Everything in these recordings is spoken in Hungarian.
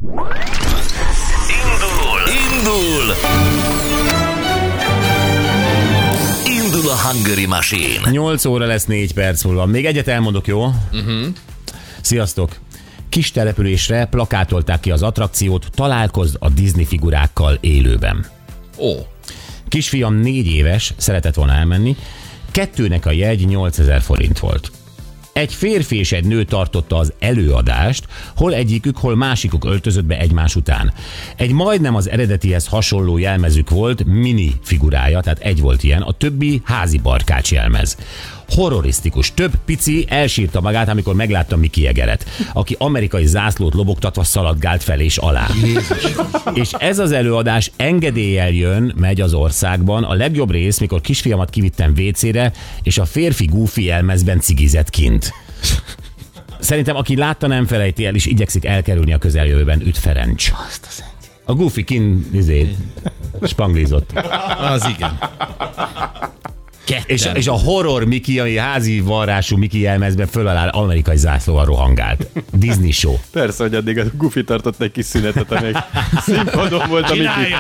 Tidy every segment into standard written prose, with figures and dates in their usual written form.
Indul a Hungary Machine. 8 óra lesz 4 perc múlva. Még egyet elmondok, jó? Sziasztok! Kis településre plakátolták ki az attrakciót, találkozz a Disney figurákkal élőben. Ó. Kisfiam 4 éves, szeretett volna elmenni, 2-nek a jegy 8000 forint volt. Egy férfi és egy nő tartotta az előadást, hol egyikük, hol másikuk öltözött be egymás után. Egy majdnem az eredetihez hasonló jelmezük volt, mini figurája, tehát egy volt ilyen, a többi házi barkács jelmez. Horrorisztikus. Több pici elsírta magát, amikor meglátta Mickey Jageret, aki amerikai zászlót lobogtatva szaladgált fel és alá. Jézus. És ez az előadás engedéllyel megy az országban. A legjobb rész, mikor kisfiamat kivittem WC-re, és a férfi Goofy jelmezben cigizett kint. Szerintem, aki látta, nem felejti el, és igyekszik elkerülni a közeljövőben. Üdv Ferenc. A Goofy kint spanglizott. Az igen. És a horror Mickey, ami házi varrású Mickey jelmezben föláll amerikai zászlóval rohangált. Disney show. Persze, hogy addig a Goofy tartott egy kis szünetet, amíg színpadon volt a Mickey.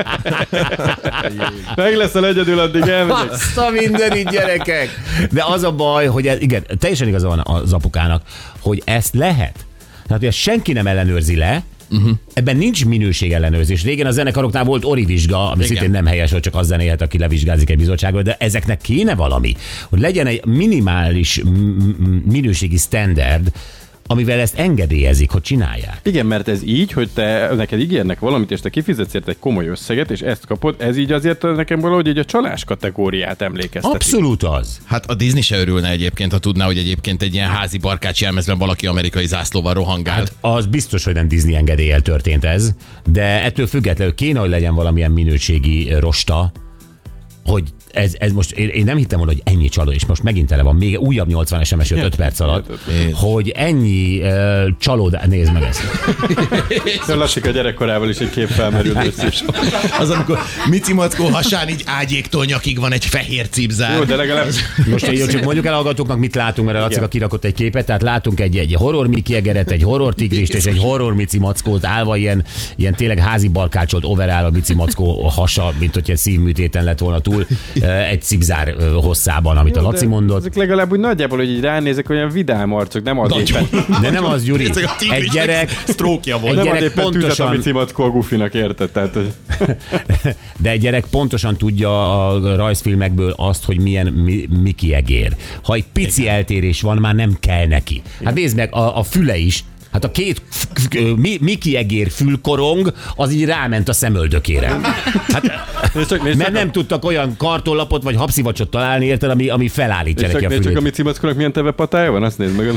Meg leszel egyedül, addig elmegyek. Azt a mindenit, gyerekek! De az a baj, hogy ez, igen, teljesen igaza van az apukának, hogy ezt lehet. Tehát, hogy ezt senki nem ellenőrzi le, ebben nincs minőségellenőrzés. Régen a zenekaroknál volt orivizsga, ami szintén nem helyes, hogy csak az zenélhet, aki levizsgázik egy bizottságról, de ezeknek kéne valami, hogy legyen egy minimális minőségi standard, amivel ezt engedélyezik, hogy csinálják. Igen, mert ez így, hogy te neked ígérnek valamit, és te kifizetsz érte egy komoly összeget, és ezt kapod, ez így azért nekem valahogy így a csalás kategóriát emlékezteti. Abszolút az. Hát a Disney se örülne egyébként, ha tudná, hogy egyébként egy ilyen házi barkács jelmezben valaki amerikai zászlóval rohangál. Hát az biztos, hogy nem Disney engedéllyel történt ez, de ettől függetlenül kéne, hogy legyen valamilyen minőségi rosta, hogy ez most, én nem hittem volna, hogy ennyi csaló, és most megint tele van, még újabb 80 SMS jött 5 perc alatt, hogy ennyi csalódás, nézd meg ezt. Lassik a gyerekkorával is egy kép felmerül is. Az, amikor Mici Mackó hasán így ágyéktól nyakig van egy fehér cipzár. Jó, de legalább... Most csak mondjuk el hallgatóknak, mit látunk, mert a Lacika kirakott egy képet, tehát látunk egy horror Mickey Jageret, egy horror tigrist és egy horror Mici Mackót állva ilyen tényleg házi barkácsolt overall a Mici Mackó hasa, mint hogy egy szívműtéten lett volna túl, egy cipzár hosszában, amit a Laci mondott. Ezek legalább úgy nagyjából, hogy így ránézek, olyan vidám arcok, nem az éppen. De nem az, Gyuri. Egy gyerek sztrókja volt. Egy nem gyerek pontosan... Mici Mackó a Goofynak, érted? Tehát, hogy... De egy gyerek pontosan tudja a rajzfilmekből azt, hogy milyen Mickey Jagger. Ha egy pici eltérés van, már nem kell neki. Hát nézd meg, a füle is. Hát a két Mickey Jagger fülkorong, az így ráment a szemöldökére. Hát, mert nem tudtak olyan kartonlapot vagy habszivacsot találni, érted, ami felállítja neki a fülét. Csak a Mici Mackónak milyen tevepatája van, azt nézd meg.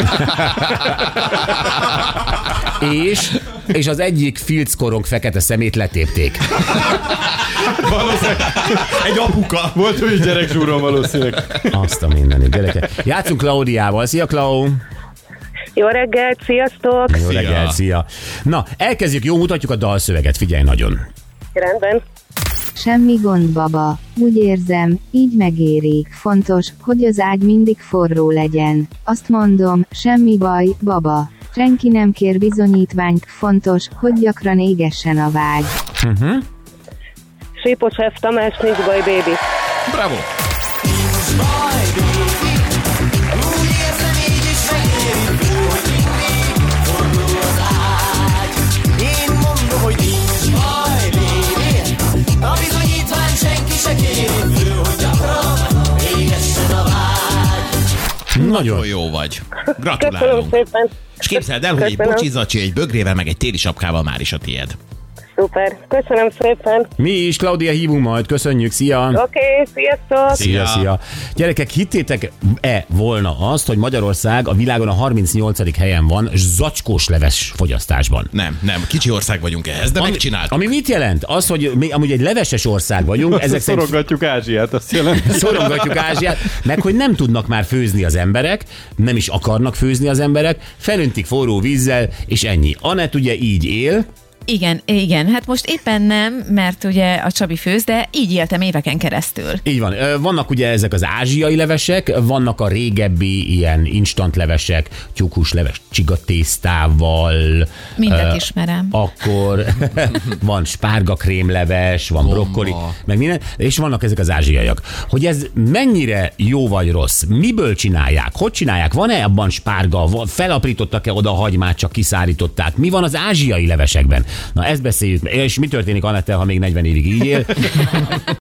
és az egyik filckorong fekete szemét letépték. Valószínűleg egy apuka. Volt ő is gyerekzsúron valószínűleg. Azt a mindenit, gyerekek. Játszunk Klaudiával. Szia, Klau! Jó reggelt, sziasztok! Jó reggelt, szia! Na, elkezdjük, jó, mutatjuk a dalszöveget, figyelj nagyon. Rendben. Semmi gond, baba. Úgy érzem, így megéri. Fontos, hogy az ágy mindig forró legyen. Azt mondom, semmi baj, baba. Senki nem kér bizonyítványt, fontos, hogy gyakran égessen a vágy. Sípos F. Tamás, nincs baj, baby. Bravo! Nagyon jó vagy. Gratulálunk. Köszönöm szépen. És képzeld el, hogy egy bocsizacsi, egy bögrével, meg egy téli sapkával már is a tiéd. Szuper. Köszönöm szépen. Mi is, Klaudia, hívunk majd. Köszönjük, szia! Oké, sziasztok! Szia! Gyerekek, hittétek-e volna azt, hogy Magyarország a világon a 38. helyen van zacskós leves fogyasztásban? Nem. Kicsi ország vagyunk ehhez, de megcsináltuk. Ami mit jelent? Az, hogy mi amúgy egy leveses ország vagyunk. Ezek szorongatjuk Ázsiát, azt jelenti. Szorongatjuk Ázsiát, meg hogy nem tudnak már főzni az emberek, nem is akarnak főzni az emberek, felöntik forró vízzel, és ennyi. Anett ugye így él, Igen, hát most éppen nem, mert ugye a Csabi főz, de így éltem éveken keresztül. Így van. Vannak ugye ezek az ázsiai levesek, vannak a régebbi ilyen instant levesek, tyúkhús leves csigatésztával. Mindet ismerem. Akkor van spárga krémleves, van brokkoli, meg minden, és vannak ezek az ázsiaiak. Hogy ez mennyire jó vagy rossz? Miből csinálják? Hogy csinálják? Van-e abban spárga? Felaprítottak-e oda a hagymát, csak kiszárították? Mi van az ázsiai levesekben? Na ezt beszéljük. És mi történik, Anette, ha még 40 évig így él?